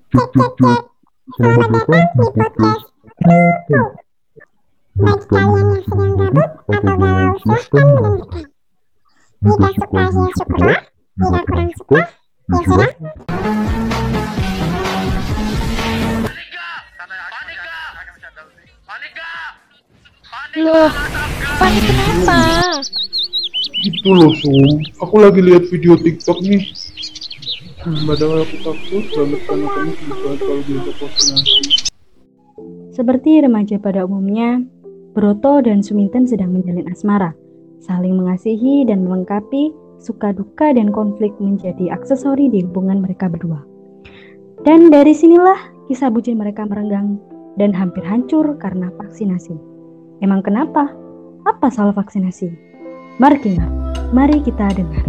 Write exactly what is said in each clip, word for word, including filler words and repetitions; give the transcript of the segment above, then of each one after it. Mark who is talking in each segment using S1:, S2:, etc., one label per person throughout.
S1: Cek, cek, cek. Selamat datang di podcast Proto. Bagi kalian yang sedang gabut atau galau, silahkan mendengarkan. Jika suka ya syukurlah, jika kurang suka, ya sudah.
S2: Loh, panik kenapa?
S3: Itu loh Sum, aku lagi lihat video TikTok nih. Hmm, padahal aku takut banget karena kamu susah kalau biasa vaksinasi.
S4: Seperti remaja pada umumnya, Broto dan Suminten sedang menjalin asmara, saling mengasihi dan melengkapi suka duka dan konflik menjadi aksesori di hubungan mereka berdua. Dan dari sinilah kisah bucin mereka merenggang dan hampir hancur karena vaksinasi. Emang kenapa? Apa salah vaksinasi? Mari kita, mari kita dengar.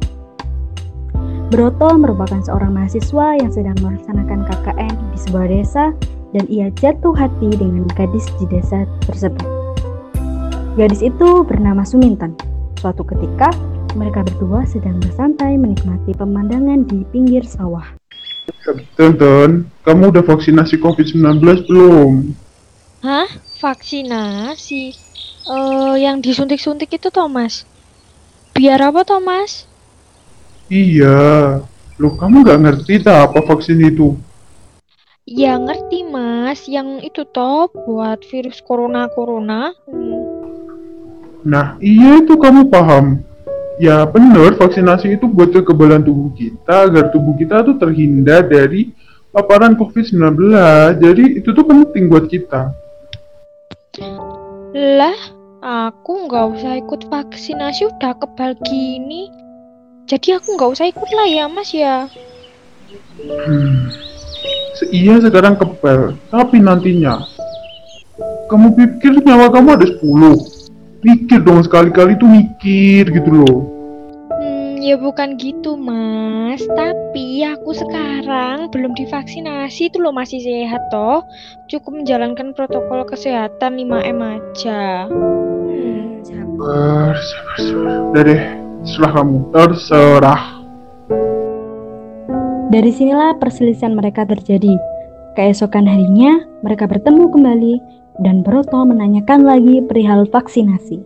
S4: Broto merupakan seorang mahasiswa yang sedang melaksanakan K K N di sebuah desa dan ia jatuh hati dengan gadis di desa tersebut. Gadis itu bernama Suminten. Suatu ketika, mereka berdua sedang bersantai menikmati pemandangan di pinggir sawah.
S3: Tonton, kamu udah vaksinasi covid sembilan belas belum?
S2: Hah? Vaksinasi? Eh, yang disuntik-suntik itu Thomas. Biar apa Thomas?
S3: Iya, loh kamu gak ngerti tak apa vaksin itu?
S2: Ya ngerti mas, yang itu toh buat virus corona-corona. Hmm.
S3: Nah iya itu kamu paham. Ya bener, vaksinasi itu buat kekebalan tubuh kita agar tubuh kita tuh terhindar dari paparan covid sembilan belas. Jadi itu tuh penting buat kita.
S2: Lah, aku nggak usah ikut vaksinasi udah kebal gini. Jadi aku nggak usah ikut lah ya mas ya.
S3: Hmm. Iya sekarang kebal, tapi nantinya kamu pikir nyawa kamu ada sepuluh. Mikir dong, sekali-kali tuh mikir gitu loh.
S2: Hmm, ya bukan gitu mas. Tapi aku sekarang belum divaksinasi tuh loh, masih sehat toh. Cukup menjalankan protokol kesehatan lima M aja. Hmm.
S3: Sabar, sabar, sabar. Udah deh, terserah kamu, terserah.
S4: Dari sinilah perselisihan mereka terjadi. Keesokan harinya, mereka bertemu kembali dan Broto menanyakan lagi perihal vaksinasi.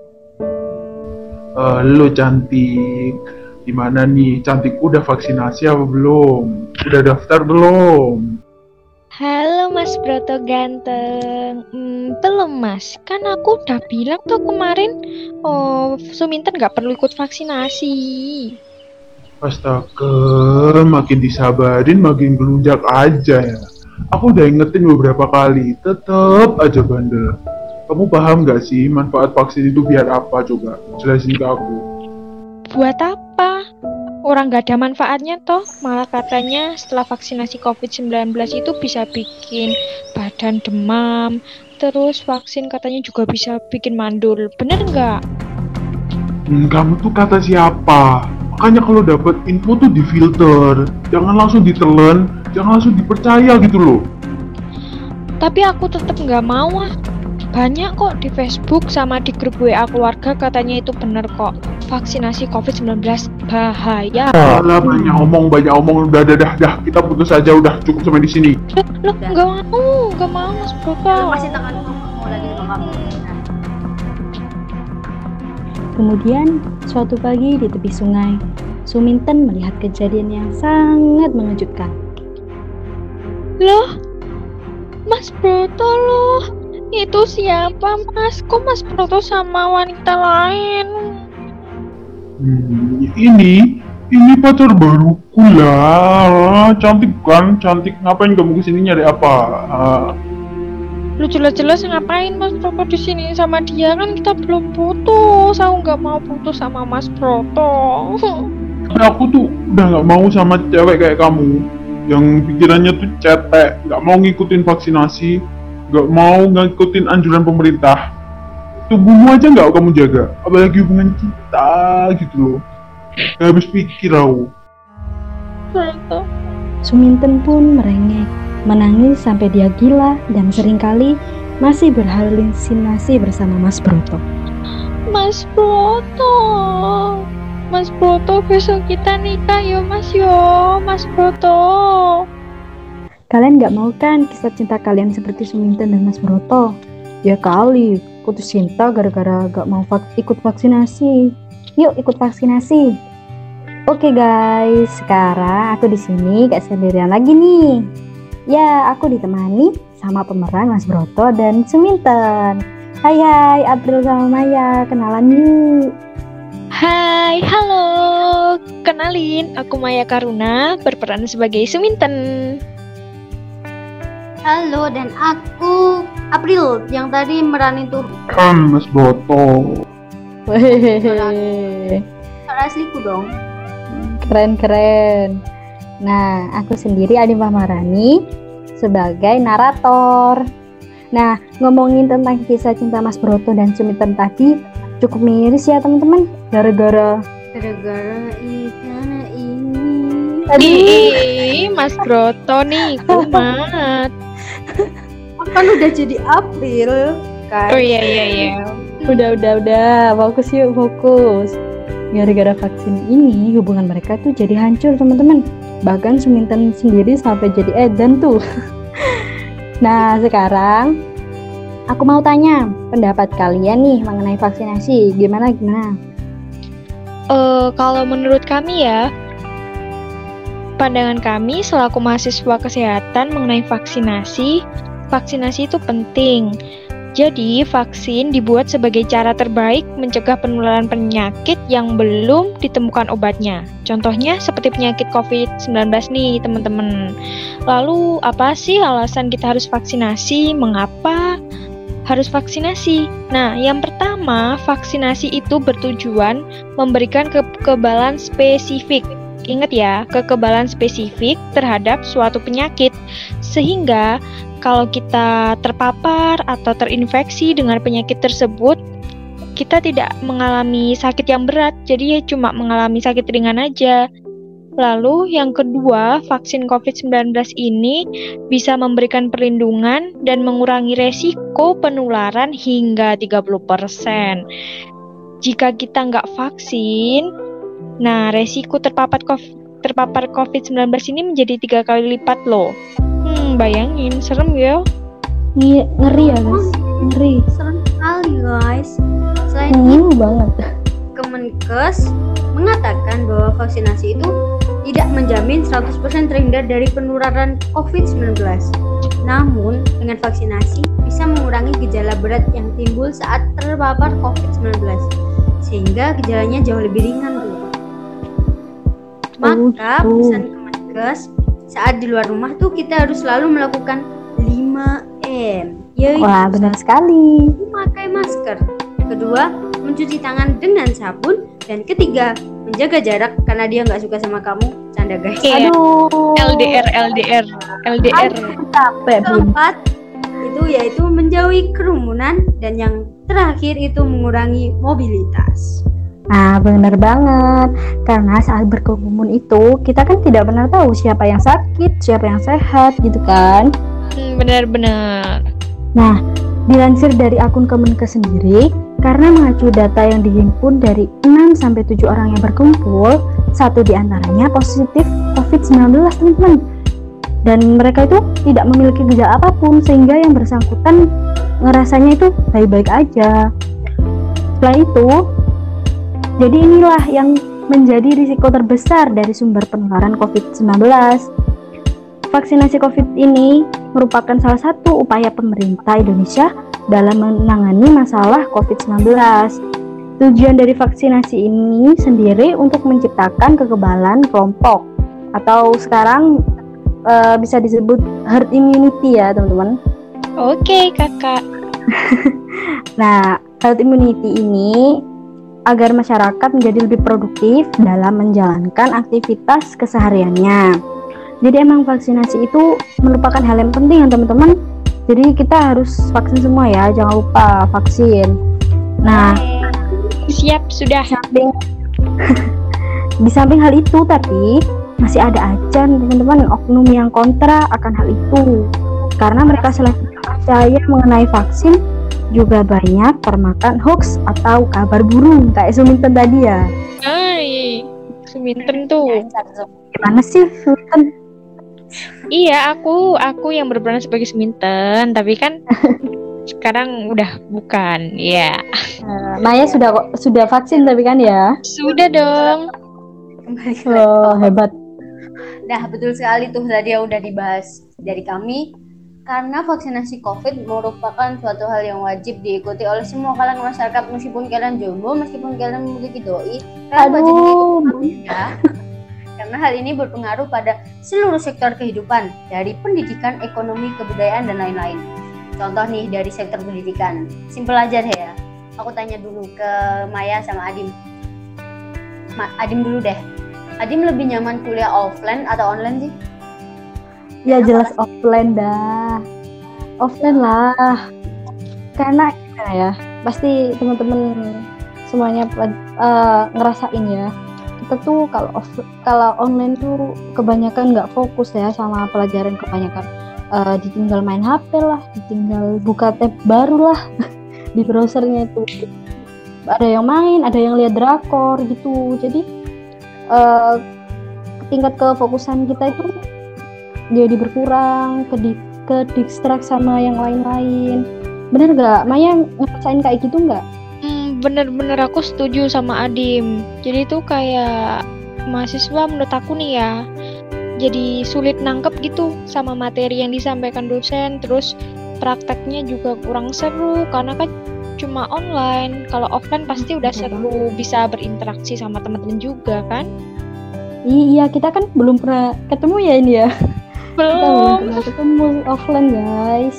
S3: Halo cantik, gimana nih? Cantik udah vaksinasi apa belum? Udah daftar belum?
S2: Halo Mas Broto ganteng. Hmm, belum Mas, kan aku udah bilang tuh kemarin, oh Suminten nggak perlu ikut vaksinasi.
S3: Astaga, makin disabarin makin gelunjak aja ya. Aku udah ingetin beberapa kali, tetep aja bandel. Kamu paham gak sih manfaat vaksin itu biar apa coba? Jelasin ke aku.
S2: Buat apa? Orang nggak ada manfaatnya toh. Malah katanya setelah vaksinasi covid sembilan belas itu bisa bikin badan demam. Terus vaksin katanya juga bisa bikin mandul. Bener nggak?
S3: Hmm, kamu tuh kata siapa? Makanya kalau dapat info tuh difilter, jangan langsung ditelan, jangan langsung dipercaya gitu loh.
S2: Tapi aku tetap nggak mau ah. Banyak kok di Facebook sama di grup W A keluarga katanya itu bener kok. Vaksinasi covid sembilan belas bahaya.
S3: Alah, banyak omong, banyak omong, udah, udah, dah, dah, kita putus aja, udah cukup sampai di sini.
S2: Loh, nggak mau, nggak mau Mas Broto.
S5: Masih tangan kamu lagi sama kamu.
S4: Kemudian, suatu pagi di tepi sungai, Suminten melihat kejadian yang sangat mengejutkan.
S2: Loh, Mas Broto loh. Itu siapa Mas? Kok Mas Broto sama wanita lain?
S3: Hmm, ini, ini pacar baruku lah. Cantik kan, cantik. Ngapain kamu kesini nyari apa? Ah,
S2: Lu jelas-jelas ngapain Mas Broto di sini sama dia, kan kita belum putus. Aku nggak mau putus sama Mas Broto.
S3: Tapi aku tuh udah nggak mau sama cewek kayak kamu, yang pikirannya tuh cetek, nggak mau ngikutin vaksinasi, nggak mau ngikutin anjuran pemerintah. Tubuhmu aja nggak kamu jaga, apalagi hubungan kita gitu loh. Gak habis pikir aku.
S2: Broto.
S4: Suminten pun merengek, menangis sampai dia gila dan seringkali masih berhalusinasi bersama Mas Broto.
S2: Mas Broto. Mas Broto, besok kita nikah yo Mas yo, Mas Broto.
S4: Kalian gak mau kan kisah cinta kalian seperti Suminten dan Mas Broto? Ya kali, putus cinta gara-gara gak mau vak- ikut vaksinasi. Yuk ikut vaksinasi. Oke guys, sekarang aku di sini gak sendirian lagi nih. Ya, aku ditemani sama pemeran Mas Broto dan Suminten. Hai hai, April sama Maya, kenalan yuk.
S2: Hai, halo. Kenalin, aku Maya Karuna, berperan sebagai Suminten.
S5: Halo, dan aku April yang tadi meranin tuh
S3: Kan Mas Broto.
S4: Wehehe,
S5: suara asliku dong.
S4: keren-keren. Nah, aku sendiri Adi Maharani sebagai narator. Nah, ngomongin tentang kisah cinta Mas Broto dan Suminten tadi cukup miris ya teman-teman, gara-gara
S5: Gara-gara ikan ini.
S2: Ih, Mas Broto nih, kumat.
S5: Kan udah jadi April kan.
S2: Oh iya iya iya.
S4: udah udah udah fokus yuk fokus. Gara-gara vaksin ini hubungan mereka tuh jadi hancur teman-teman. Bahkan Suminten sendiri sampai jadi edan tuh. Nah sekarang aku mau tanya pendapat kalian nih mengenai vaksinasi, gimana gimana?
S2: Eh, kalau menurut kami ya, pandangan kami selaku mahasiswa kesehatan mengenai vaksinasi, vaksinasi itu penting. Jadi, vaksin dibuat sebagai cara terbaik mencegah penularan penyakit yang belum ditemukan obatnya. Contohnya seperti penyakit covid sembilan belas nih, teman-teman. Lalu, apa sih alasan kita harus vaksinasi? Mengapa harus vaksinasi? Nah, yang pertama, vaksinasi itu bertujuan memberikan kekebalan spesifik. Ingat ya, kekebalan spesifik terhadap suatu penyakit. Sehingga kalau kita terpapar atau terinfeksi dengan penyakit tersebut, kita tidak mengalami sakit yang berat, jadi ya cuma mengalami sakit ringan aja. Lalu yang kedua, vaksin covid sembilan belas ini bisa memberikan perlindungan dan mengurangi resiko penularan hingga tiga puluh persen. Jika kita nggak vaksin, nah resiko terpapar COVID, terpapar covid sembilan belas ini menjadi tiga kali lipat loh. Hmm, bayangin, serem ya.
S4: Ng- ngeri ya guys, ngeri.
S5: Serem sekali guys. Selain
S4: Ngeri
S5: itu,
S4: banget.
S5: Kemenkes mengatakan bahwa vaksinasi itu tidak menjamin seratus persen terhindar dari penularan covid sembilan belas. Namun, dengan vaksinasi bisa mengurangi gejala berat yang timbul saat terpapar covid sembilan belas, sehingga gejalanya jauh lebih ringan tuh. Maka
S4: Oh,
S5: pesan Kemenkes, saat di luar rumah tuh kita harus selalu melakukan lima M, yaitu
S4: Wah benar sekali.
S5: memakai masker, kedua mencuci tangan dengan sabun, dan ketiga menjaga jarak karena dia nggak suka sama kamu. Canda guys.
S2: Iya.
S4: Aduh.
S2: L D R, L D R, L D R.
S4: Capek bun.
S5: Keempat itu yaitu menjauhi kerumunan, dan yang terakhir itu mengurangi mobilitas.
S4: Nah benar banget. Karena saat berkerumun itu kita kan tidak benar tahu siapa yang sakit, siapa yang sehat gitu kan.
S2: Hmm, benar-benar.
S4: Nah, dilansir dari akun Kemenkes sendiri, karena mengacu data yang dihimpun dari enam sampai tujuh orang yang berkumpul, satu di antaranya positif covid sembilan belas teman-teman. Dan mereka itu tidak memiliki gejala apapun, sehingga yang bersangkutan ngerasanya itu baik-baik aja. Setelah itu, jadi inilah yang menjadi risiko terbesar dari sumber penularan covid sembilan belas. Vaksinasi COVID ini merupakan salah satu upaya pemerintah Indonesia dalam menangani masalah covid sembilan belas. Tujuan dari vaksinasi ini sendiri untuk menciptakan kekebalan kelompok, atau sekarang e, bisa disebut herd immunity ya teman-teman.
S2: Oke, Kakak.
S4: Nah, herd immunity ini agar masyarakat menjadi lebih produktif dalam menjalankan aktivitas kesehariannya. Jadi emang vaksinasi itu merupakan hal yang penting ya teman-teman. Jadi kita harus vaksin semua ya, jangan lupa vaksin. Nah,
S2: Siap, sudah.
S4: samping di samping hal itu, tapi masih ada aja teman-teman oknum yang kontra akan hal itu. Karena mereka selain percaya mengenai vaksin, juga banyak termakan hoax atau kabar burung kayak Suminten tadi ya.
S2: Hai, Suminten tuh.
S4: Gimana sih Suminten?
S2: Iya, aku aku yang berperan sebagai Suminten, tapi kan sekarang udah bukan. Ya,
S4: Uh, Maya sudah sudah vaksin tapi kan ya.
S2: sudah dong.
S5: Kembali ke
S4: Oh,
S5: laptop.
S4: hebat.
S5: Nah, betul sekali tuh tadi yang udah dibahas dari kami. Karena vaksinasi COVID merupakan suatu hal yang wajib diikuti oleh semua kalangan masyarakat, meskipun kalian jomblo, meskipun kalian memiliki doi, kalian wajib
S4: Aduh.
S5: mengikuti ya. Karena hal ini berpengaruh pada seluruh sektor kehidupan, dari pendidikan, ekonomi, kebudayaan, dan lain-lain. Contoh nih dari sektor pendidikan, simpel aja deh ya. Aku tanya dulu ke Maya sama Adim. Ma- Adim dulu deh. Adim lebih nyaman kuliah offline atau online sih?
S4: Ya jelas offline dah. Offline lah. Karena gimana ya? Pasti teman-teman semuanya uh, ngerasain ya. Kita tuh kalau off- kalau online tuh kebanyakan nggak fokus ya sama pelajaran, kebanyakan uh, ditinggal main H P lah, ditinggal buka tab baru lah di browsernya itu. Ada yang main, ada yang lihat drakor gitu. Jadi uh, tingkat kefokusan kita itu jadi berkurang, ke di, ke distract sama yang lain-lain. Bener gak? Maya ngerasain kayak gitu gak?
S2: Hmm, bener-bener aku setuju sama Adim. Jadi itu kayak mahasiswa menurut aku nih ya, jadi sulit nangkep gitu sama materi yang disampaikan dosen. Terus prakteknya juga kurang seru karena kan cuma online. Kalau offline pasti udah seru, bisa berinteraksi sama teman-teman juga kan?
S4: Iya, kita kan belum pernah ketemu ya ini ya. Kita belum
S2: Belum.
S4: pernah ketemu offline guys.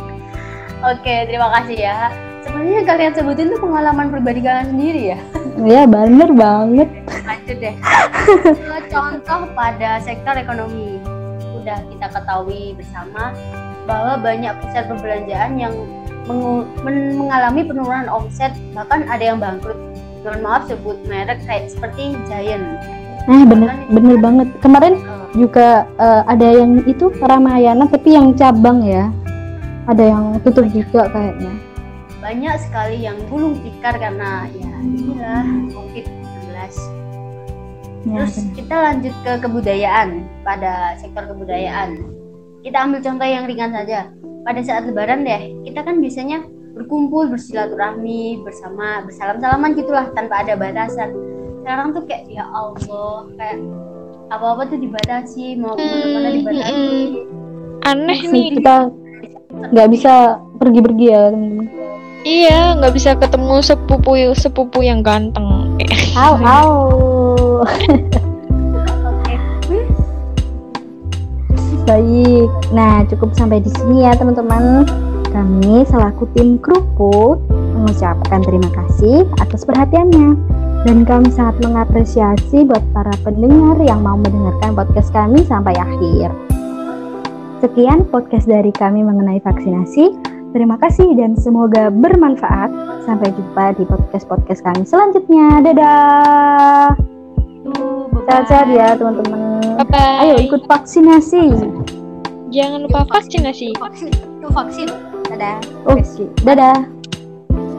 S5: Oke, terima kasih ya. Sebenarnya kalian sebutin tuh pengalaman pribadi kalian sendiri ya.
S4: Ya bener banget.
S5: Lanjut deh. Ke contoh pada sektor ekonomi. Udah kita ketahui bersama bahwa banyak pusat perbelanjaan yang mengu- men- mengalami penurunan omset, bahkan ada yang bangkrut. Mohon maaf sebut merek kayak seperti Giant.
S4: Nah bener, bener banget. Kemarin juga uh, ada yang itu Ramayana tapi yang cabang ya. Ada yang tutup juga kayaknya.
S5: Banyak sekali yang gulung tikar karena ya inilah covid sembilan belas.
S4: Ya,
S5: Terus
S4: bener.
S5: kita lanjut ke kebudayaan. Pada sektor kebudayaan, kita ambil contoh yang ringan saja. Pada saat lebaran deh, kita kan biasanya berkumpul, bersilaturahmi bersama, bersalam-salaman gitulah tanpa ada batasan. Sekarang tuh kayak ya Allah, kayak apa-apa tuh dibatasi, mau kemana-mana dibatasi.
S2: Aneh nih.
S4: Kita nggak bisa pergi-pergi ya teman-teman.
S2: Iya, nggak bisa ketemu sepupu sepupu yang ganteng.
S4: Au au.
S5: Oke.
S4: Baik, nah cukup sampai di sini ya teman-teman. Kami selaku tim Kruput mengucapkan terima kasih atas perhatiannya. Dan kami sangat mengapresiasi buat para pendengar yang mau mendengarkan podcast kami sampai akhir. Sekian podcast dari kami mengenai vaksinasi. Terima kasih dan semoga bermanfaat. Sampai jumpa di podcast-podcast kami selanjutnya. Dadah. Sehat-sehat ya teman-teman.
S2: Bye-bye.
S4: Ayo ikut vaksinasi.
S2: Jangan lupa vaksinasi.
S5: Vaksin, itu vaksin. Dadah.
S4: Oke, dadah.